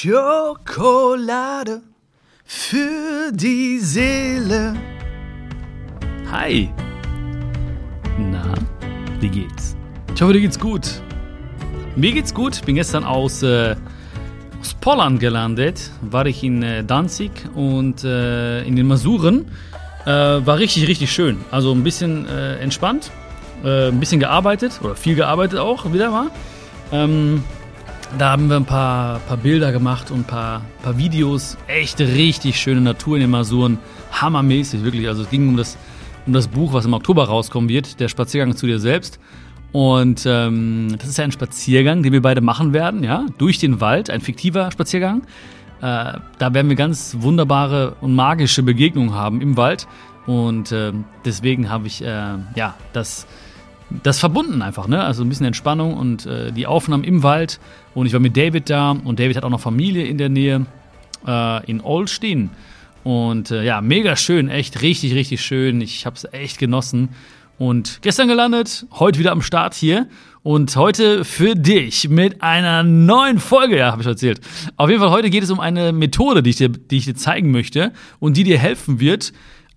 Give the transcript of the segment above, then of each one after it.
Schokolade für die Seele. Hi. Na, wie geht's? Ich hoffe, dir geht's gut. Mir geht's gut. Ich bin gestern aus Poland gelandet. War ich in Danzig und in den Masuren. War richtig, richtig schön. Also ein bisschen entspannt. Ein bisschen gearbeitet. Oder viel gearbeitet auch wieder mal. Da haben wir ein paar Bilder gemacht und ein paar Videos. Echt richtig schöne Natur in den Masuren. Hammermäßig, wirklich. Also es ging um das Buch, was im Oktober rauskommen wird, der Spaziergang zu dir selbst. Und das ist ja ein Spaziergang, den wir beide machen werden, ja, durch den Wald, ein fiktiver Spaziergang. Da werden wir ganz wunderbare und magische Begegnungen haben im Wald. Und deswegen habe ich das verbunden einfach, ne? Also ein bisschen Entspannung und die Aufnahmen im Wald. Und ich war mit David da und David hat auch noch Familie in der Nähe in Olsztyn. Und mega schön, echt richtig, richtig schön. Ich habe es echt genossen. Und gestern gelandet, heute wieder am Start hier. Und heute für dich mit einer neuen Folge, ja, habe ich erzählt. Auf jeden Fall, heute geht es um eine Methode, die ich dir zeigen möchte und die dir helfen wird,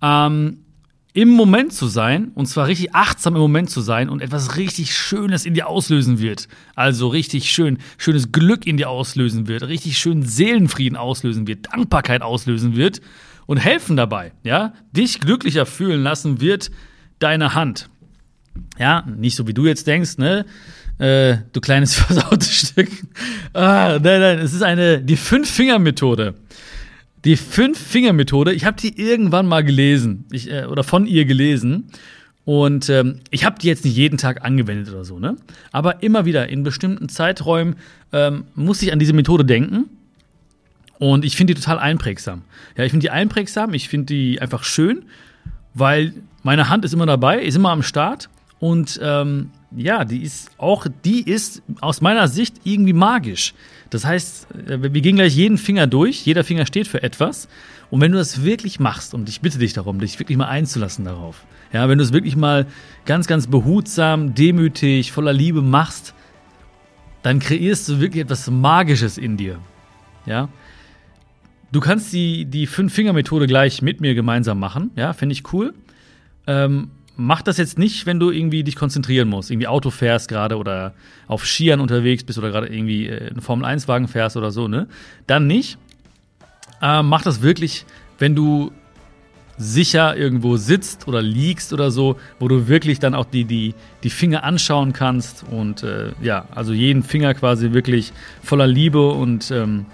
im Moment zu sein, und zwar richtig achtsam im Moment zu sein und etwas richtig Schönes in dir auslösen wird. Also richtig schönes Glück in dir auslösen wird, richtig schön Seelenfrieden auslösen wird, Dankbarkeit auslösen wird und helfen dabei, ja, dich glücklicher fühlen lassen wird deine Hand. Ja, nicht so wie du jetzt denkst, ne? Du kleines versautes Stück. Nein, es ist die 5-Finger-Methode. Die 5-Finger-Methode, ich habe die irgendwann mal gelesen, oder von ihr gelesen. Und ich habe die jetzt nicht jeden Tag angewendet oder so, ne? Aber immer wieder in bestimmten Zeiträumen muss ich an diese Methode denken. Und ich finde die total einprägsam. Ja, ich finde die einprägsam, ich finde die einfach schön, weil meine Hand ist immer dabei, ist immer am Start. Und die ist aus meiner Sicht irgendwie magisch. Das heißt, wir gehen gleich jeden Finger durch, jeder Finger steht für etwas. Und wenn du das wirklich machst, und ich bitte dich darum, dich wirklich mal einzulassen darauf, ja, wenn du es wirklich mal ganz, ganz behutsam, demütig, voller Liebe machst, dann kreierst du wirklich etwas Magisches in dir. Ja? Du kannst die 5-Finger-Methode gleich mit mir gemeinsam machen, ja, finde ich cool. Mach das jetzt nicht, wenn du irgendwie dich konzentrieren musst, irgendwie Auto fährst gerade oder auf Skiern unterwegs bist oder gerade irgendwie einen Formel-1-Wagen fährst oder so, ne? Dann nicht. Mach das wirklich, wenn du sicher irgendwo sitzt oder liegst oder so, wo du wirklich dann auch die Finger anschauen kannst und also jeden Finger quasi wirklich voller Liebe und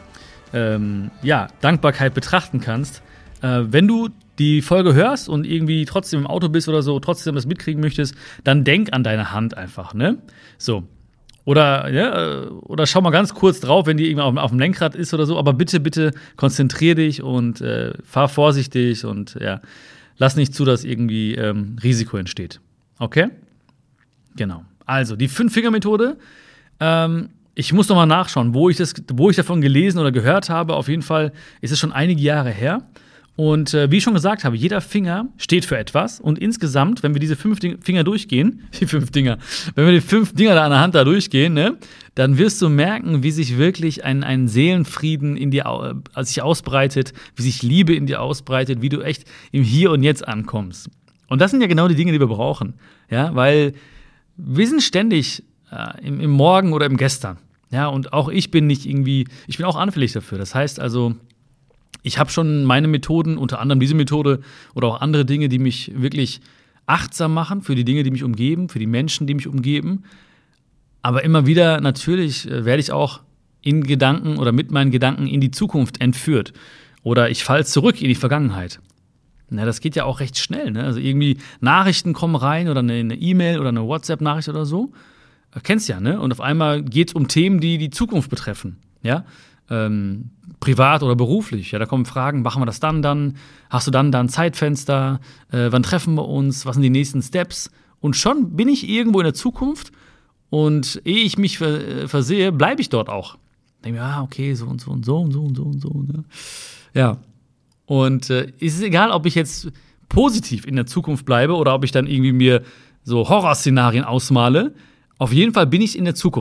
Dankbarkeit betrachten kannst. Wenn du die Folge hörst und irgendwie trotzdem im Auto bist oder so, trotzdem das mitkriegen möchtest, dann denk an deine Hand einfach, ne? So. Oder schau mal ganz kurz drauf, wenn die irgendwie auf dem Lenkrad ist oder so, aber bitte konzentrier dich und fahr vorsichtig und lass nicht zu, dass irgendwie Risiko entsteht. Okay? Genau. Also, die 5-Finger-Methode, ich muss noch mal nachschauen, wo ich davon gelesen oder gehört habe. Auf jeden Fall ist es schon einige Jahre her. Und wie ich schon gesagt habe, jeder Finger steht für etwas. Und insgesamt, wenn wir diese 5 Finger durchgehen, wenn wir die 5 Dinger da an der Hand da durchgehen, ne, dann wirst du merken, wie sich wirklich ein Seelenfrieden in dir sich ausbreitet, wie sich Liebe in dir ausbreitet, wie du echt im Hier und Jetzt ankommst. Und das sind ja genau die Dinge, die wir brauchen. Ja, weil wir sind ständig im Morgen oder im Gestern. Ja, und auch ich bin auch anfällig dafür. Das heißt also, ich habe schon meine Methoden, unter anderem diese Methode oder auch andere Dinge, die mich wirklich achtsam machen für die Dinge, die mich umgeben, für die Menschen, die mich umgeben. Aber immer wieder natürlich werde ich auch in Gedanken oder mit meinen Gedanken in die Zukunft entführt. Oder ich falle zurück in die Vergangenheit. Na, das geht ja auch recht schnell, ne? Also irgendwie Nachrichten kommen rein oder eine E-Mail oder eine WhatsApp-Nachricht oder so. Kennst ja, ne? Und auf einmal geht es um Themen, die die Zukunft betreffen, ja? Privat oder beruflich. Ja, da kommen Fragen, machen wir das dann? Hast du dann ein Zeitfenster? Wann treffen wir uns? Was sind die nächsten Steps? Und schon bin ich irgendwo in der Zukunft und ehe ich mich versehe, bleibe ich dort auch. Denke mir, okay, so und so und so und so und so und so. Ne? Ja. Und es ist egal, ob ich jetzt positiv in der Zukunft bleibe oder ob ich dann irgendwie mir so Horrorszenarien ausmale. Auf jeden Fall bin ich in der Zukunft.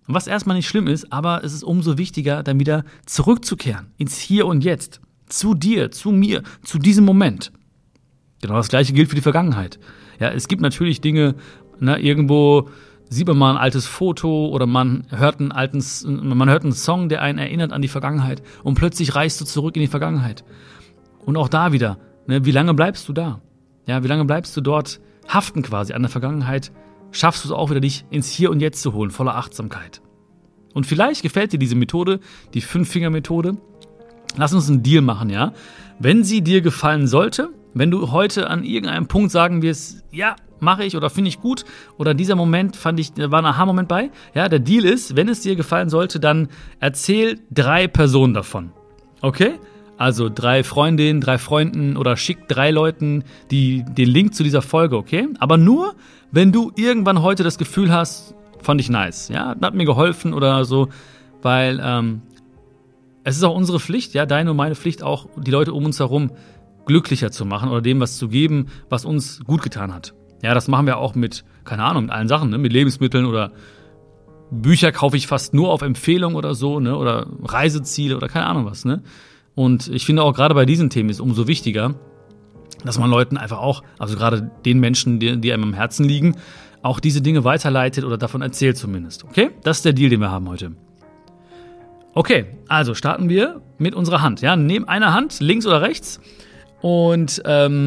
Und was erstmal nicht schlimm ist, aber es ist umso wichtiger, dann wieder zurückzukehren ins Hier und Jetzt. Zu dir, zu mir, zu diesem Moment. Genau das Gleiche gilt für die Vergangenheit. Ja, es gibt natürlich Dinge, irgendwo sieht man mal ein altes Foto oder man hört einen Song, der einen erinnert an die Vergangenheit und plötzlich reist du zurück in die Vergangenheit. Und auch da wieder, wie lange bleibst du da? Ja, wie lange bleibst du dort haften quasi an der Vergangenheit? Schaffst du es auch wieder, dich ins Hier und Jetzt zu holen, voller Achtsamkeit. Und vielleicht gefällt dir diese Methode, die 5-Finger-Methode. Lass uns einen Deal machen, ja? Wenn sie dir gefallen sollte, wenn du heute an irgendeinem Punkt sagen wirst, ja, mache ich oder finde ich gut oder dieser Moment da war ein Aha-Moment bei. Ja, der Deal ist, wenn es dir gefallen sollte, dann erzähl 3 Personen davon. Okay? Also 3 Freundinnen, 3 Freunden oder schick 3 Leuten den Link zu dieser Folge, okay? Aber nur, wenn du irgendwann heute das Gefühl hast, fand ich nice, ja, hat mir geholfen oder so, weil es ist auch unsere Pflicht, ja, deine und meine Pflicht auch, die Leute um uns herum glücklicher zu machen oder dem was zu geben, was uns gut getan hat. Ja, das machen wir auch mit, keine Ahnung, mit allen Sachen, mit Lebensmitteln oder Bücher kaufe ich fast nur auf Empfehlung oder so, oder Reiseziele oder keine Ahnung was, Und ich finde auch gerade bei diesen Themen ist es umso wichtiger, dass man Leuten einfach auch, also gerade den Menschen, die einem am Herzen liegen, auch diese Dinge weiterleitet oder davon erzählt zumindest. Okay? Das ist der Deal, den wir haben heute. Okay, also starten wir mit unserer Hand. Ja, nimm eine Hand, links oder rechts, und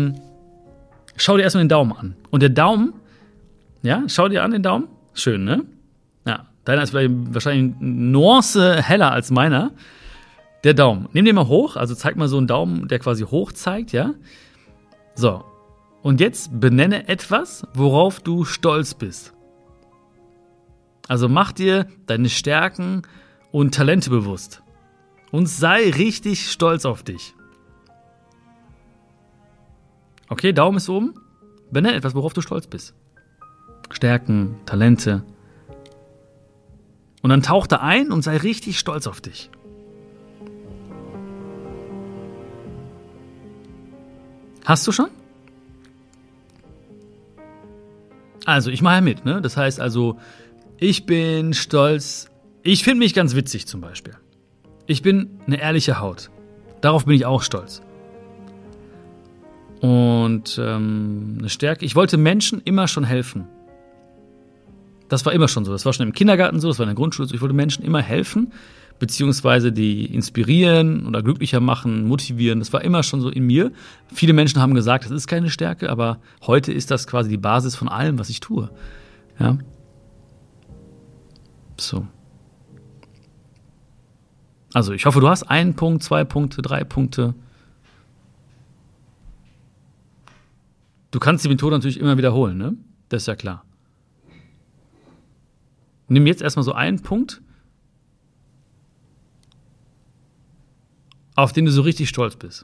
schau dir erstmal den Daumen an. Und der Daumen, ja, schau dir an den Daumen. Schön, ne? Ja, deiner ist wahrscheinlich eine Nuance heller als meiner. Der Daumen. Nimm den mal hoch, also zeig mal so einen Daumen, der quasi hoch zeigt, ja? So. Und jetzt benenne etwas, worauf du stolz bist. Also mach dir deine Stärken und Talente bewusst. Und sei richtig stolz auf dich. Okay, Daumen ist oben. Benenne etwas, worauf du stolz bist. Stärken, Talente. Und dann tauch da ein und sei richtig stolz auf dich. Hast du schon? Also, ich mache ja mit, Das heißt also, ich bin stolz. Ich finde mich ganz witzig zum Beispiel. Ich bin eine ehrliche Haut. Darauf bin ich auch stolz. Und eine Stärke. Ich wollte Menschen immer schon helfen. Das war immer schon so. Das war schon im Kindergarten so, das war in der Grundschule so. Ich wollte Menschen immer helfen, beziehungsweise die inspirieren oder glücklicher machen, motivieren. Das war immer schon so in mir. Viele Menschen haben gesagt, das ist keine Stärke, aber heute ist das quasi die Basis von allem, was ich tue. Ja. So. Also ich hoffe, du hast 1 Punkt, 2 Punkte, 3 Punkte. Du kannst die Methode natürlich immer wiederholen, Das ist ja klar. Nimm jetzt erstmal so einen Punkt, auf den du so richtig stolz bist.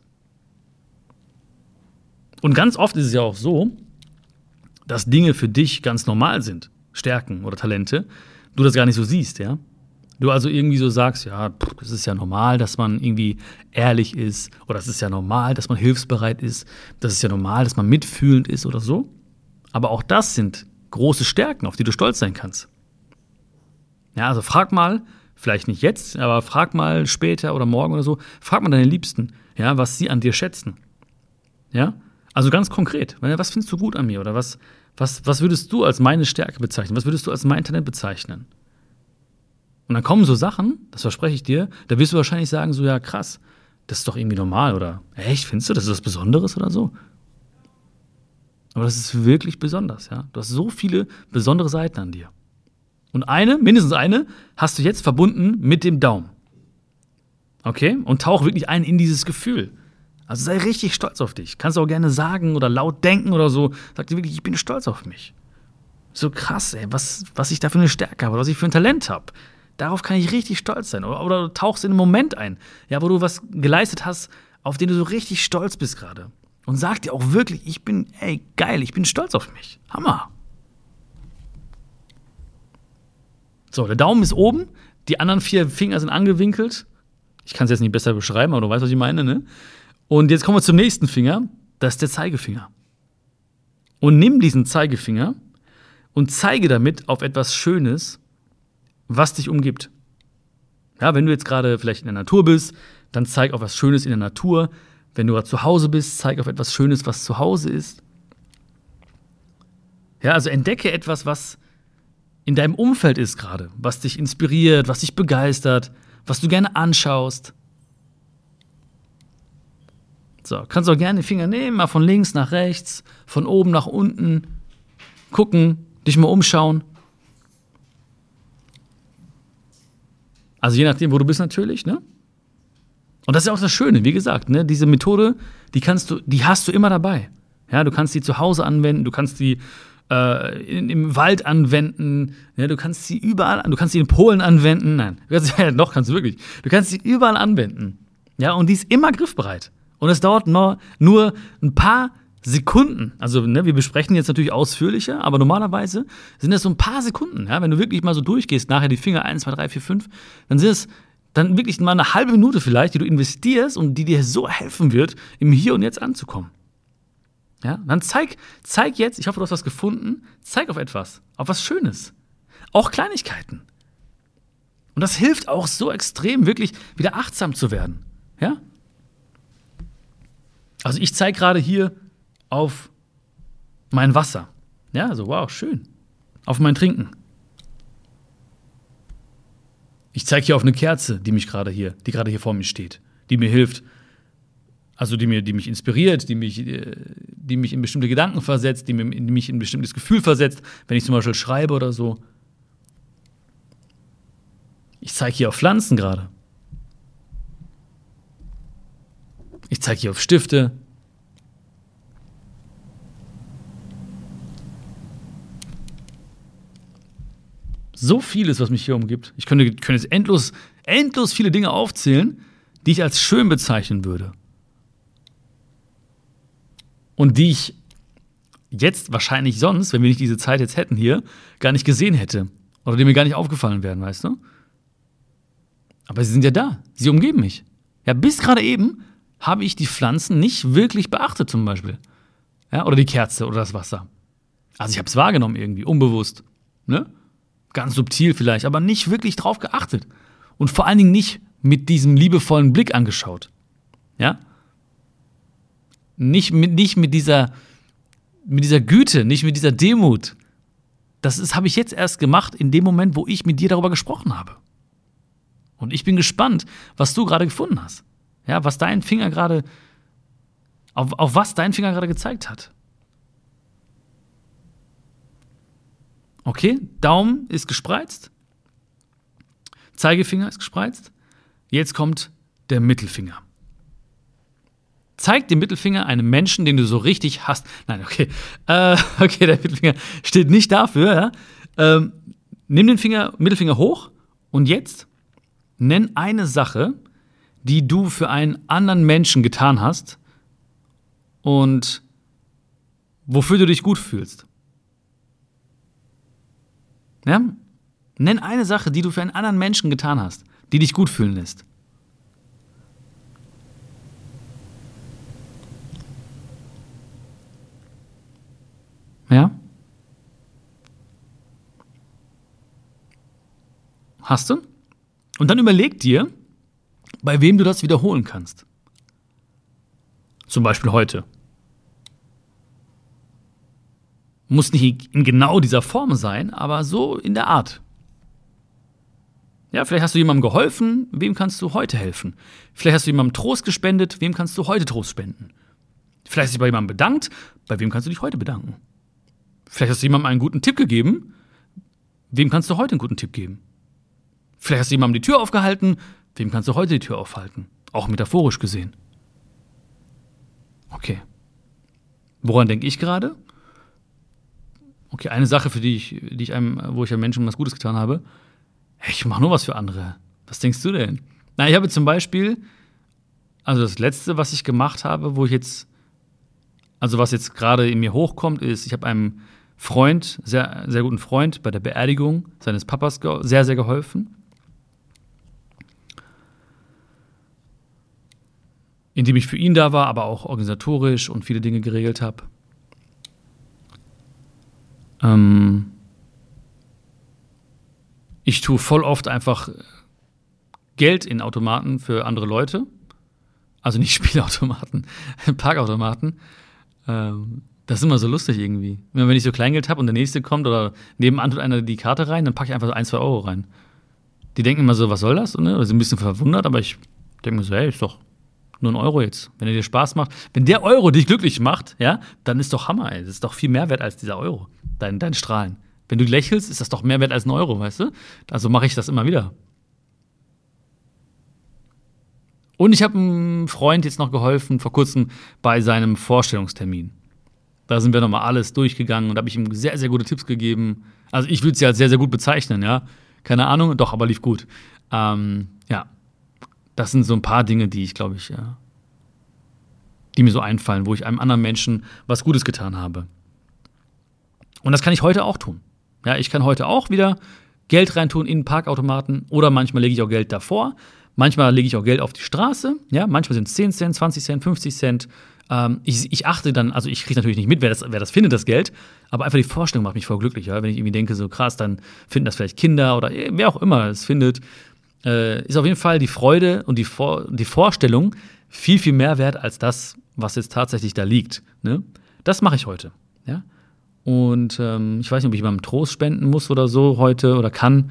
Und ganz oft ist es ja auch so, dass Dinge für dich ganz normal sind, Stärken oder Talente, du das gar nicht so siehst, ja. Du also irgendwie so sagst, ja, das ist ja normal, dass man irgendwie ehrlich ist, oder es ist ja normal, dass man hilfsbereit ist, das ist ja normal, dass man mitfühlend ist oder so. Aber auch das sind große Stärken, auf die du stolz sein kannst. Ja, also frag mal, vielleicht nicht jetzt, aber frag mal später oder morgen oder so, frag mal deine Liebsten, ja, was sie an dir schätzen. Ja, also ganz konkret, was findest du gut an mir oder was würdest du als meine Stärke bezeichnen, was würdest du als mein Talent bezeichnen? Und dann kommen so Sachen, das verspreche ich dir, da wirst du wahrscheinlich sagen, so ja krass, das ist doch irgendwie normal oder echt, findest du, das ist was Besonderes oder so? Aber das ist wirklich besonders, ja. Du hast so viele besondere Seiten an dir. Und mindestens eine, hast du jetzt verbunden mit dem Daumen. Okay? Und tauch wirklich ein in dieses Gefühl. Also sei richtig stolz auf dich. Kannst du auch gerne sagen oder laut denken oder so. Sag dir wirklich, ich bin stolz auf mich. So krass, ey, was ich da für eine Stärke habe, was ich für ein Talent habe. Darauf kann ich richtig stolz sein. Oder du tauchst in einen Moment ein, ja, wo du was geleistet hast, auf den du so richtig stolz bist gerade. Und sag dir auch wirklich, geil, ich bin stolz auf mich. Hammer. So, der Daumen ist oben, die anderen 4 Finger sind angewinkelt. Ich kann es jetzt nicht besser beschreiben, aber du weißt, was ich meine, Und jetzt kommen wir zum nächsten Finger, das ist der Zeigefinger. Und nimm diesen Zeigefinger und zeige damit auf etwas Schönes was dich umgibt. Ja, wenn du jetzt gerade vielleicht in der Natur bist, dann zeig auf was Schönes in der Natur. Wenn du gerade zu Hause bist, zeig auf etwas Schönes, was zu Hause ist. Ja, also entdecke etwas, was in deinem Umfeld ist gerade, was dich inspiriert, was dich begeistert, was du gerne anschaust. So, kannst auch gerne den Finger nehmen, mal von links nach rechts, von oben nach unten, gucken, dich mal umschauen. Also je nachdem, wo du bist natürlich, ne? Und das ist ja auch das Schöne, wie gesagt, ne? Diese Methode, die hast du immer dabei. Ja, du kannst die zu Hause anwenden, du kannst die im Wald anwenden, ja, du kannst sie überall, du kannst sie in Polen anwenden, nein, kannst du wirklich. Du kannst sie überall anwenden. Ja, und die ist immer griffbereit. Und es dauert nur ein paar Sekunden. Also, ne, wir besprechen jetzt natürlich ausführlicher, aber normalerweise sind das so ein paar Sekunden. Ja? Wenn du wirklich mal so durchgehst, nachher die Finger 1, 2, 3, 4, 5, dann sind es dann wirklich mal eine halbe Minute vielleicht, die du investierst und die dir so helfen wird, im Hier und Jetzt anzukommen. Ja? Dann zeig jetzt, ich hoffe, du hast was gefunden, zeig auf etwas, auf was Schönes. Auch Kleinigkeiten. Und das hilft auch so extrem, wirklich wieder achtsam zu werden. Ja? Also ich zeige gerade hier auf mein Wasser. Ja, also wow, schön. Auf mein Trinken. Ich zeige hier auf eine Kerze, die gerade hier vor mir steht, die mir hilft. Also die mich inspiriert, die mich in bestimmte Gedanken versetzt, die mich in ein bestimmtes Gefühl versetzt, wenn ich zum Beispiel schreibe oder so. Ich zeige hier auf Pflanzen gerade. Ich zeige hier auf Stifte. So vieles, was mich hier umgibt. Ich könnte jetzt endlos viele Dinge aufzählen, die ich als schön bezeichnen würde. Und die ich jetzt wahrscheinlich sonst, wenn wir nicht diese Zeit jetzt hätten hier, gar nicht gesehen hätte. Oder die mir gar nicht aufgefallen wären, weißt du? Aber sie sind ja da. Sie umgeben mich. Ja, bis gerade eben habe ich die Pflanzen nicht wirklich beachtet, zum Beispiel. Ja, oder die Kerze oder das Wasser. Also ich habe es wahrgenommen irgendwie, unbewusst. Ne? Ganz subtil vielleicht, aber nicht wirklich drauf geachtet. Und vor allen Dingen nicht mit diesem liebevollen Blick angeschaut. Ja? Nicht mit dieser Güte, nicht mit dieser Demut. Habe ich jetzt erst gemacht in dem Moment, wo ich mit dir darüber gesprochen habe. Und ich bin gespannt, was du gerade gefunden hast. Ja, was dein Finger gerade, auf was dein Finger gerade gezeigt hat. Okay, Daumen ist gespreizt. Zeigefinger ist gespreizt. Jetzt kommt der Mittelfinger. Zeig den Mittelfinger einem Menschen, den du so richtig hasst. Nein, okay. Okay, der Mittelfinger steht nicht dafür. Ja? Nimm den Mittelfinger hoch und jetzt nenn eine Sache, die du für einen anderen Menschen getan hast und wofür du dich gut fühlst. Ja? Nenn eine Sache, die du für einen anderen Menschen getan hast, die dich gut fühlen lässt. Ja? Hast du? Und dann überleg dir, bei wem du das wiederholen kannst. Zum Beispiel heute. Muss nicht in genau dieser Form sein, aber so in der Art. Ja, vielleicht hast du jemandem geholfen, wem kannst du heute helfen? Vielleicht hast du jemandem Trost gespendet, wem kannst du heute Trost spenden? Vielleicht hast du dich bei jemandem bedankt, bei wem kannst du dich heute bedanken? Vielleicht hast du jemandem einen guten Tipp gegeben, wem kannst du heute einen guten Tipp geben? Vielleicht hast du jemandem die Tür aufgehalten, wem kannst du heute die Tür aufhalten? Auch metaphorisch gesehen. Okay. Woran denke ich gerade? Okay, eine Sache, wo ich einem Menschen was Gutes getan habe. Hey, ich mache nur was für andere. Was denkst du denn? Na, ich habe zum Beispiel, also das Letzte, was ich gemacht habe, was jetzt gerade in mir hochkommt, ist, ich habe einem Freund, sehr, sehr guten Freund, bei der Beerdigung seines Papas sehr, sehr geholfen. Indem ich für ihn da war, aber auch organisatorisch und viele Dinge geregelt habe. Ich tue voll oft einfach Geld in Automaten für andere Leute. Also nicht Spielautomaten, Parkautomaten. Das ist immer so lustig irgendwie. Wenn ich so Kleingeld habe und der Nächste kommt oder nebenan tut einer die Karte rein, dann packe ich einfach so 1, 2 Euro rein. Die denken immer so, was soll das? Ne? Oder sind ein bisschen verwundert, aber ich denke mir so, hey, ist doch nur ein Euro jetzt. Wenn er dir Spaß macht, wenn der Euro dich glücklich macht, ja, dann ist doch Hammer, ey. Das ist doch viel mehr wert als dieser Euro, dein Strahlen. Wenn du lächelst, ist das doch mehr wert als ein Euro, weißt du? Also mache ich das immer wieder. Und ich habe einem Freund jetzt noch geholfen, vor kurzem bei seinem Vorstellungstermin. Da sind wir nochmal alles durchgegangen und habe ich ihm sehr, sehr gute Tipps gegeben. Also ich würde es ja als sehr, sehr gut bezeichnen, ja. Keine Ahnung, doch, aber lief gut. Ja, das sind so ein paar Dinge, die ich, glaube ich, die mir so einfallen, wo ich einem anderen Menschen was Gutes getan habe. Und das kann ich heute auch tun. Ja, ich kann heute auch wieder Geld reintun in Parkautomaten oder manchmal lege ich auch Geld davor. Manchmal lege ich auch Geld auf die Straße. Ja, manchmal sind es 10 Cent, 20 Cent, 50 Cent. Ich achte dann, also ich kriege natürlich nicht mit, wer das findet, das Geld. Aber einfach die Vorstellung macht mich voll glücklich. Ja? Wenn ich irgendwie denke, so krass, dann finden das vielleicht Kinder oder wer auch immer es findet. Ist auf jeden Fall die Freude und die Vorstellung viel, viel mehr wert als das, was jetzt tatsächlich da liegt. Ne? Das mache ich heute. Ja? Und ich weiß nicht, ob ich jemandem Trost spenden muss oder so heute oder kann.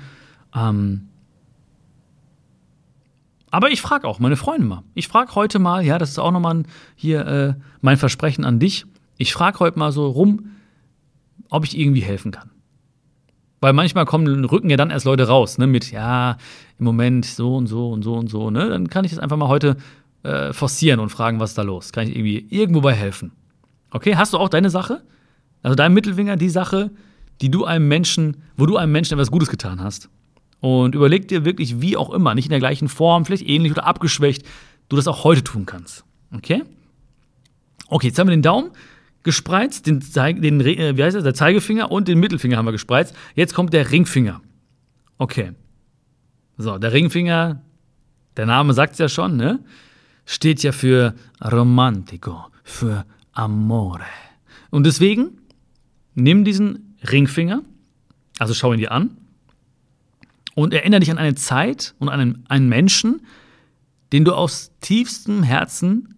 Aber ich frage auch meine Freunde mal. Ich frage heute mal, ja, das ist auch nochmal hier mein Versprechen an dich. Ich frage heute mal so rum, ob ich irgendwie helfen kann. Weil manchmal rücken ja dann erst Leute raus, ne, mit, ja, im Moment so und so und so und so, ne. Dann kann ich das einfach mal heute forcieren und fragen, was ist da los? Kann ich irgendwie irgendwo bei helfen? Okay, hast du auch deine Sache? Also dein Mittelfinger, die Sache, wo du einem Menschen etwas Gutes getan hast. Und überleg dir wirklich, wie auch immer, nicht in der gleichen Form, vielleicht ähnlich oder abgeschwächt, du das auch heute tun kannst. Okay? Okay, jetzt haben wir den Daumen gespreizt, der Zeigefinger und den Mittelfinger haben wir gespreizt. Jetzt kommt der Ringfinger. Okay. So, der Ringfinger, der Name sagt es ja schon, ne? Steht ja für Romantico, für Amore. Und deswegen, nimm diesen Ringfinger, also schau ihn dir an, und erinnere dich an eine Zeit und an einen Menschen, den du aus tiefstem Herzen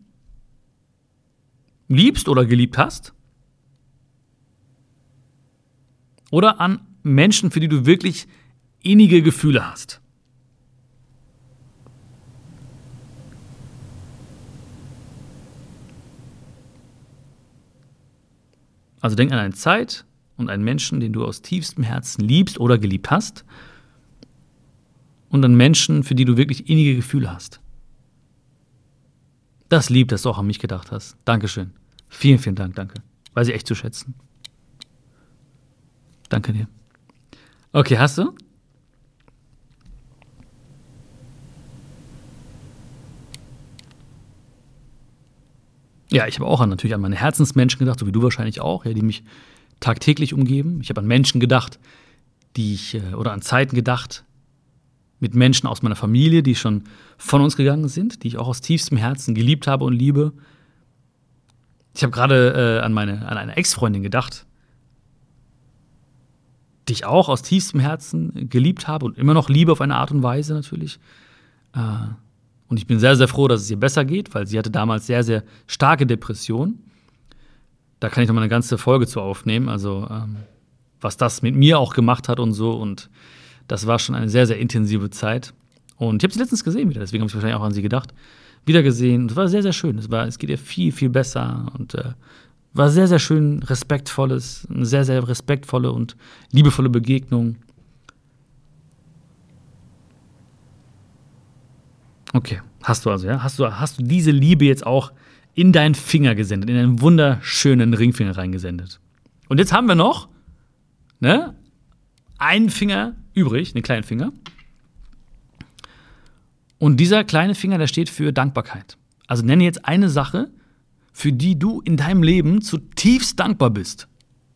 liebst oder geliebt hast. Oder an Menschen, für die du wirklich innige Gefühle hast. Also denk an eine Zeit und einen Menschen, den du aus tiefstem Herzen liebst oder geliebt hast. Und an Menschen, für die du wirklich innige Gefühle hast. Das lieb, dass du auch an mich gedacht hast. Dankeschön. Vielen, vielen Dank, danke. Weiß ich echt zu schätzen. Danke dir. Okay, hast du? Ja, ich habe auch natürlich an meine Herzensmenschen gedacht, so wie du wahrscheinlich auch, ja, die mich tagtäglich umgeben. Ich habe an Menschen gedacht, oder an Zeiten gedacht, mit Menschen aus meiner Familie, die schon von uns gegangen sind, die ich auch aus tiefstem Herzen geliebt habe und liebe. Ich habe gerade an eine Ex-Freundin gedacht, die ich auch aus tiefstem Herzen geliebt habe und immer noch liebe auf eine Art und Weise natürlich. Und ich bin sehr, sehr froh, dass es ihr besser geht, weil sie hatte damals sehr, sehr starke Depressionen. Da kann ich noch mal eine ganze Folge zu aufnehmen, also was das mit mir auch gemacht hat und so. Und das war schon eine sehr, sehr intensive Zeit. Und ich habe sie letztens gesehen wieder, deswegen habe ich wahrscheinlich auch an sie gedacht. Wieder gesehen. Und es war sehr, sehr schön. Es geht ihr viel, viel besser. Und war sehr, sehr schön, eine sehr, sehr respektvolle und liebevolle Begegnung. Okay, hast du also, ja? Hast du diese Liebe jetzt auch in deinen Finger gesendet, in einen wunderschönen Ringfinger reingesendet. Und jetzt haben wir noch, ne, einen Finger übrig, einen kleinen Finger. Und dieser kleine Finger, der steht für Dankbarkeit. Also nenne jetzt eine Sache, für die du in deinem Leben zutiefst dankbar bist.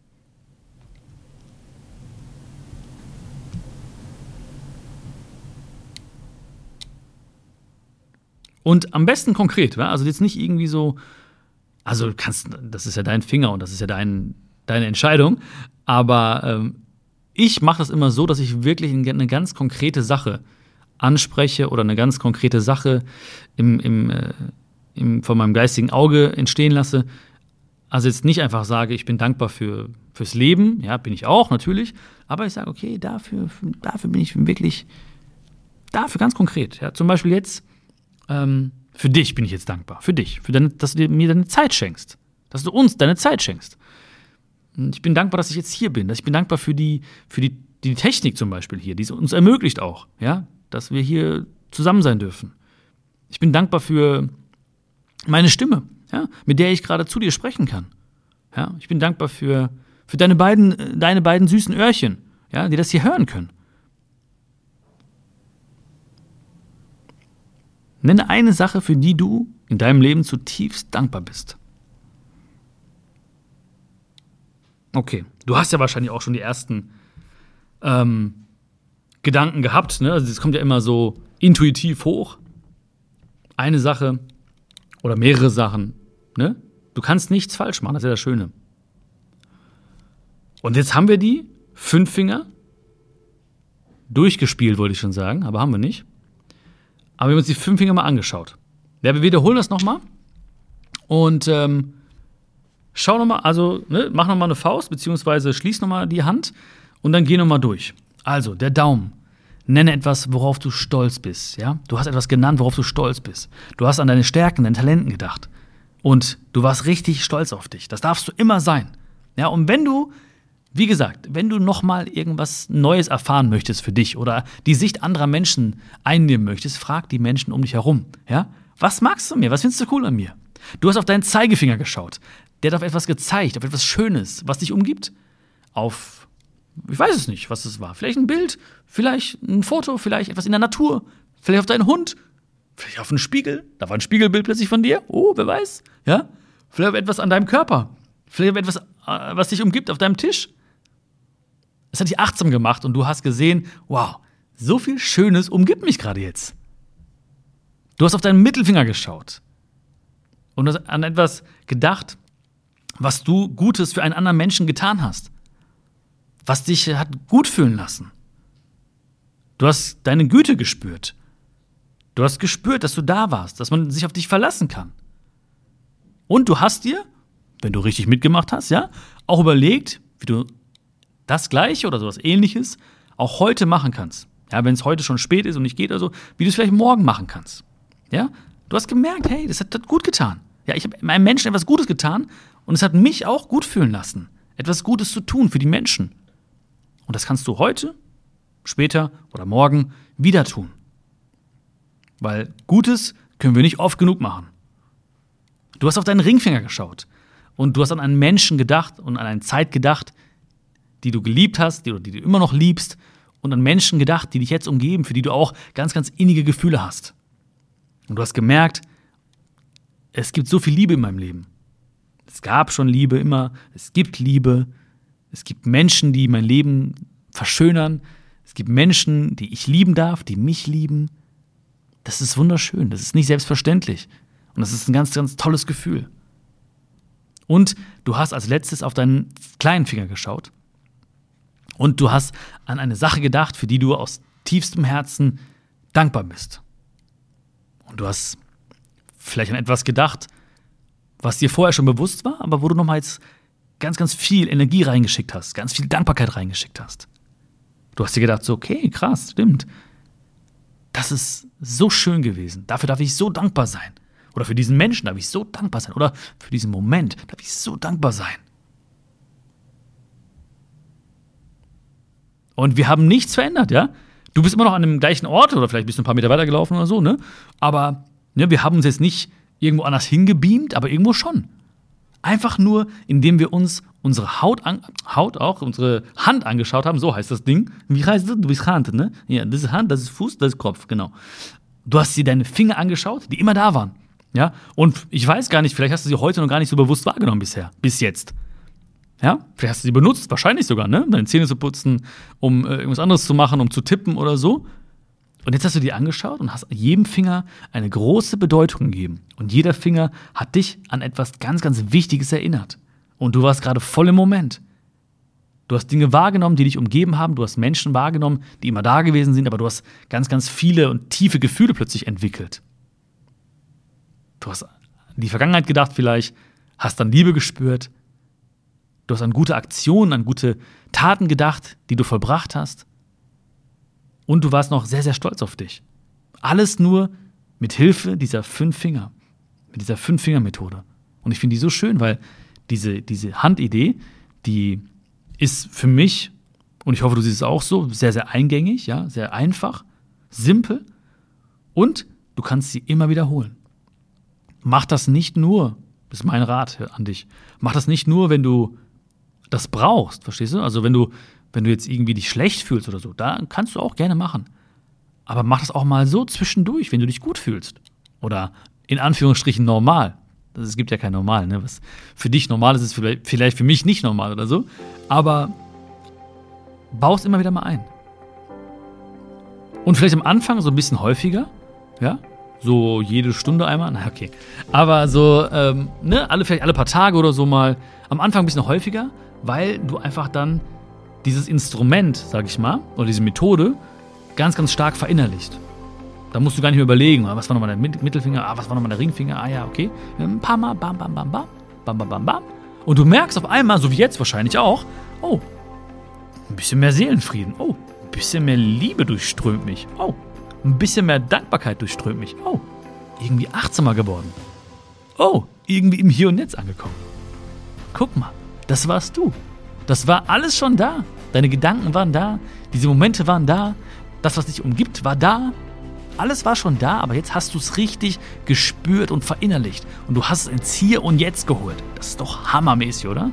Und am besten konkret, also jetzt nicht irgendwie so, das ist ja dein Finger und das ist ja deine Entscheidung, aber ich mache das immer so, dass ich wirklich eine ganz konkrete Sache anspreche oder eine ganz konkrete Sache von meinem geistigen Auge entstehen lasse. Also jetzt nicht einfach sage, ich bin dankbar fürs Leben, ja, bin ich auch natürlich, aber ich sage, okay, dafür bin ich wirklich, dafür ganz konkret. Ja. Zum Beispiel jetzt, für dich bin ich jetzt dankbar, für dich, dass du mir deine Zeit schenkst, dass du uns deine Zeit schenkst. Und ich bin dankbar, dass ich jetzt hier bin, ich bin dankbar für die Technik zum Beispiel hier, die es uns ermöglicht auch, ja, dass wir hier zusammen sein dürfen. Ich bin dankbar für meine Stimme, ja, mit der ich gerade zu dir sprechen kann. Ja, ich bin dankbar für deine beiden süßen Öhrchen, ja, die das hier hören können. Nenne eine Sache, für die du in deinem Leben zutiefst dankbar bist. Okay, du hast ja wahrscheinlich auch schon die ersten Gedanken gehabt, ne? Also das kommt ja immer so intuitiv hoch. Eine Sache oder mehrere Sachen, ne? Du kannst nichts falsch machen, das ist ja das Schöne. Und jetzt haben wir die 5 Finger durchgespielt, wollte ich schon sagen, aber haben wir nicht. Aber wir haben uns die 5 Finger mal angeschaut. Ja, wir wiederholen das nochmal und schau nochmal, also ne, mach nochmal eine Faust, beziehungsweise schließ nochmal die Hand und dann geh nochmal durch. Also, der Daumen. Nenne etwas, worauf du stolz bist. Ja? Du hast etwas genannt, worauf du stolz bist. Du hast an deine Stärken, deine Talenten gedacht. Und du warst richtig stolz auf dich. Das darfst du immer sein. Ja, und wenn du, wie gesagt, wenn du nochmal irgendwas Neues erfahren möchtest für dich oder die Sicht anderer Menschen einnehmen möchtest, frag die Menschen um dich herum. Ja? Was magst du an mir? Was findest du cool an mir? Du hast auf deinen Zeigefinger geschaut. Der hat auf etwas gezeigt, auf etwas Schönes, was dich umgibt. Auf, ich weiß es nicht, was es war. Vielleicht ein Bild, vielleicht ein Foto, vielleicht etwas in der Natur, vielleicht auf deinen Hund, vielleicht auf einen Spiegel. Da war ein Spiegelbild plötzlich von dir. Oh, wer weiß. Ja? Vielleicht auf etwas an deinem Körper. Vielleicht auf etwas, was dich umgibt, auf deinem Tisch. Das hat dich achtsam gemacht und du hast gesehen, wow, so viel Schönes umgibt mich gerade jetzt. Du hast auf deinen Mittelfinger geschaut und hast an etwas gedacht, was du Gutes für einen anderen Menschen getan hast. Was dich hat gut fühlen lassen. Du hast deine Güte gespürt. Du hast gespürt, dass du da warst, dass man sich auf dich verlassen kann. Und du hast dir, wenn du richtig mitgemacht hast, ja, auch überlegt, wie du das Gleiche oder sowas Ähnliches auch heute machen kannst. Ja, wenn es heute schon spät ist und nicht geht oder so, wie du es vielleicht morgen machen kannst. Ja, du hast gemerkt, hey, das hat gut getan. Ja, ich habe einem Menschen etwas Gutes getan und es hat mich auch gut fühlen lassen, etwas Gutes zu tun für die Menschen. Und das kannst du heute, später oder morgen wieder tun. Weil Gutes können wir nicht oft genug machen. Du hast auf deinen Ringfinger geschaut und du hast an einen Menschen gedacht und an eine Zeit gedacht, die du geliebt hast, die du immer noch liebst und an Menschen gedacht, die dich jetzt umgeben, für die du auch ganz, ganz innige Gefühle hast. Und du hast gemerkt, es gibt so viel Liebe in meinem Leben. Es gab schon Liebe immer, es gibt Liebe, es gibt Menschen, die mein Leben verschönern, es gibt Menschen, die ich lieben darf, die mich lieben. Das ist wunderschön, das ist nicht selbstverständlich und das ist ein ganz, ganz tolles Gefühl. Und du hast als letztes auf deinen kleinen Finger geschaut und du hast an eine Sache gedacht, für die du aus tiefstem Herzen dankbar bist. Und du hast vielleicht an etwas gedacht, was dir vorher schon bewusst war, aber wo du nochmal jetzt ganz, ganz viel Energie reingeschickt hast, ganz viel Dankbarkeit reingeschickt hast. Du hast dir gedacht, so, okay, krass, stimmt. Das ist so schön gewesen. Dafür darf ich so dankbar sein. Oder für diesen Menschen darf ich so dankbar sein. Oder für diesen Moment darf ich so dankbar sein. Und wir haben nichts verändert, ja? Du bist immer noch an dem gleichen Ort oder vielleicht bist du ein paar Meter weiter gelaufen oder so, ne? Aber ne, wir haben uns jetzt nicht irgendwo anders hingebeamt, aber irgendwo schon. Einfach nur, indem wir uns unsere unsere Hand angeschaut haben, so heißt das Ding. Wie heißt das? Du bist Hand, ne? Ja, das ist Hand, das ist Fuß, das ist Kopf, genau. Du hast dir deine Finger angeschaut, die immer da waren. Ja? Und ich weiß gar nicht, vielleicht hast du sie heute noch gar nicht so bewusst wahrgenommen bis jetzt. Ja? Vielleicht hast du sie benutzt, wahrscheinlich sogar, ne? Deine Zähne zu putzen, um irgendwas anderes zu machen, um zu tippen oder so. Und jetzt hast du die angeschaut und hast jedem Finger eine große Bedeutung gegeben. Und jeder Finger hat dich an etwas ganz, ganz Wichtiges erinnert. Und du warst gerade voll im Moment. Du hast Dinge wahrgenommen, die dich umgeben haben. Du hast Menschen wahrgenommen, die immer da gewesen sind, aber du hast ganz, ganz viele und tiefe Gefühle plötzlich entwickelt. Du hast an die Vergangenheit gedacht vielleicht, hast dann Liebe gespürt. Du hast an gute Aktionen, an gute Taten gedacht, die du vollbracht hast. Und du warst noch sehr, sehr stolz auf dich. Alles nur mit Hilfe dieser 5 Finger. Mit dieser 5-Finger-Methode. Und ich finde die so schön, weil diese Handidee, die ist für mich, und ich hoffe, du siehst es auch so, sehr, sehr eingängig, ja, sehr einfach, simpel und du kannst sie immer wiederholen. Mach das nicht nur, das ist mein Rat an dich, mach das nicht nur, wenn du das brauchst, verstehst du? Also wenn du jetzt irgendwie dich schlecht fühlst oder so, da kannst du auch gerne machen. Aber mach das auch mal so zwischendurch, wenn du dich gut fühlst. Oder in Anführungsstrichen normal. Es gibt ja kein Normal, ne? Was für dich normal ist, ist vielleicht für mich nicht normal oder so. Aber bau es immer wieder mal ein. Und vielleicht am Anfang so ein bisschen häufiger, ja? So jede Stunde einmal, na okay. Aber so, vielleicht alle paar Tage oder so mal. Am Anfang ein bisschen häufiger, weil du einfach dann dieses Instrument, sag ich mal, oder diese Methode ganz, ganz stark verinnerlicht. Da musst du gar nicht mehr überlegen, was war nochmal der Mittelfinger, was war nochmal der Ringfinger, ja, okay. Ein paar Mal, bam, bam, bam, bam, bam, bam, bam, bam. Und du merkst auf einmal, so wie jetzt wahrscheinlich auch, oh, ein bisschen mehr Seelenfrieden, oh, ein bisschen mehr Liebe durchströmt mich, oh, ein bisschen mehr Dankbarkeit durchströmt mich, oh, irgendwie achtsamer geworden, oh, irgendwie im Hier und Jetzt angekommen. Guck mal, das warst du. Das war alles schon da. Deine Gedanken waren da, diese Momente waren da, das, was dich umgibt, war da. Alles war schon da, aber jetzt hast du es richtig gespürt und verinnerlicht. Und du hast es ins Hier und Jetzt geholt. Das ist doch hammermäßig, oder?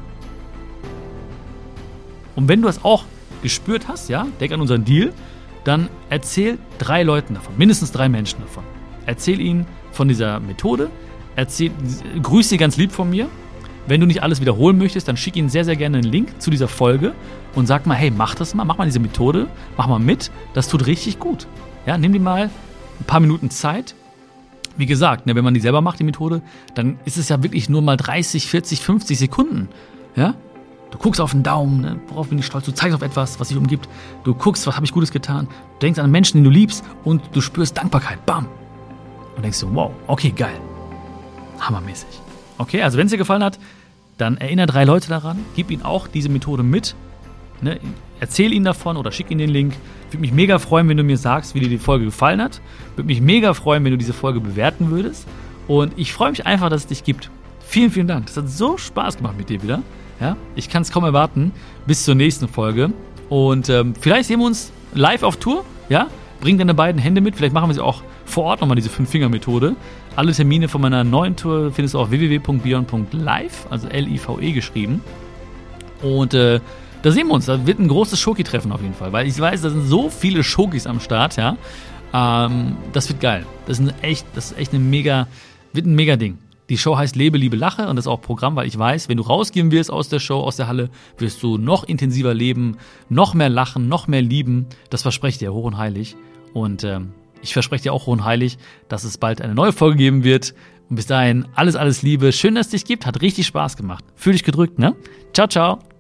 Und wenn du es auch gespürt hast, ja, denk an unseren Deal, dann erzähl 3 Leuten davon, mindestens 3 Menschen davon. Erzähl ihnen von dieser Methode, grüß sie ganz lieb von mir. Wenn du nicht alles wiederholen möchtest, dann schick ihnen sehr, sehr gerne einen Link zu dieser Folge und sag mal, hey, mach das mal, mach mal diese Methode, mach mal mit, das tut richtig gut. Ja, nimm dir mal ein paar Minuten Zeit. Wie gesagt, wenn man die selber macht, die Methode, dann ist es ja wirklich nur mal 30, 40, 50 Sekunden. Ja? Du guckst auf den Daumen, ne? Worauf bin ich stolz, du zeigst auf etwas, was dich umgibt. Du guckst, was habe ich Gutes getan. Du denkst an Menschen, die du liebst und du spürst Dankbarkeit. Bam! Und denkst so, wow, okay, geil. Hammermäßig. Okay, also wenn es dir gefallen hat, dann erinnere 3 Leute daran, gib ihnen auch diese Methode mit. Ne? Erzähl ihnen davon oder schick ihnen den Link. Würde mich mega freuen, wenn du mir sagst, wie dir die Folge gefallen hat. Würde mich mega freuen, wenn du diese Folge bewerten würdest. Und ich freue mich einfach, dass es dich gibt. Vielen, vielen Dank. Das hat so Spaß gemacht mit dir wieder. Ja? Ich kann es kaum erwarten. Bis zur nächsten Folge. Und vielleicht sehen wir uns live auf Tour. Ja? Bring deine beiden Hände mit. Vielleicht machen wir sie auch vor Ort nochmal, diese 5-Finger-Methode. Alle Termine von meiner neuen Tour findest du auf www.beyond.live, also L-I-V-E geschrieben. Und da sehen wir uns. Da wird ein großes Schoki-Treffen auf jeden Fall. Weil ich weiß, da sind so viele Schokis am Start. Ja? Das wird geil. Das ist echt ein mega Ding. Die Show heißt Lebe, Liebe, Lache und das ist auch Programm, weil ich weiß, wenn du rausgehen wirst aus der Show, aus der Halle, wirst du noch intensiver leben, noch mehr lachen, noch mehr lieben. Das verspreche ich dir hoch und heilig. Und ich verspreche dir auch hoch und heilig, dass es bald eine neue Folge geben wird. Und bis dahin, alles Liebe. Schön, dass es dich gibt. Hat richtig Spaß gemacht. Fühl dich gedrückt, ne? Ciao, ciao.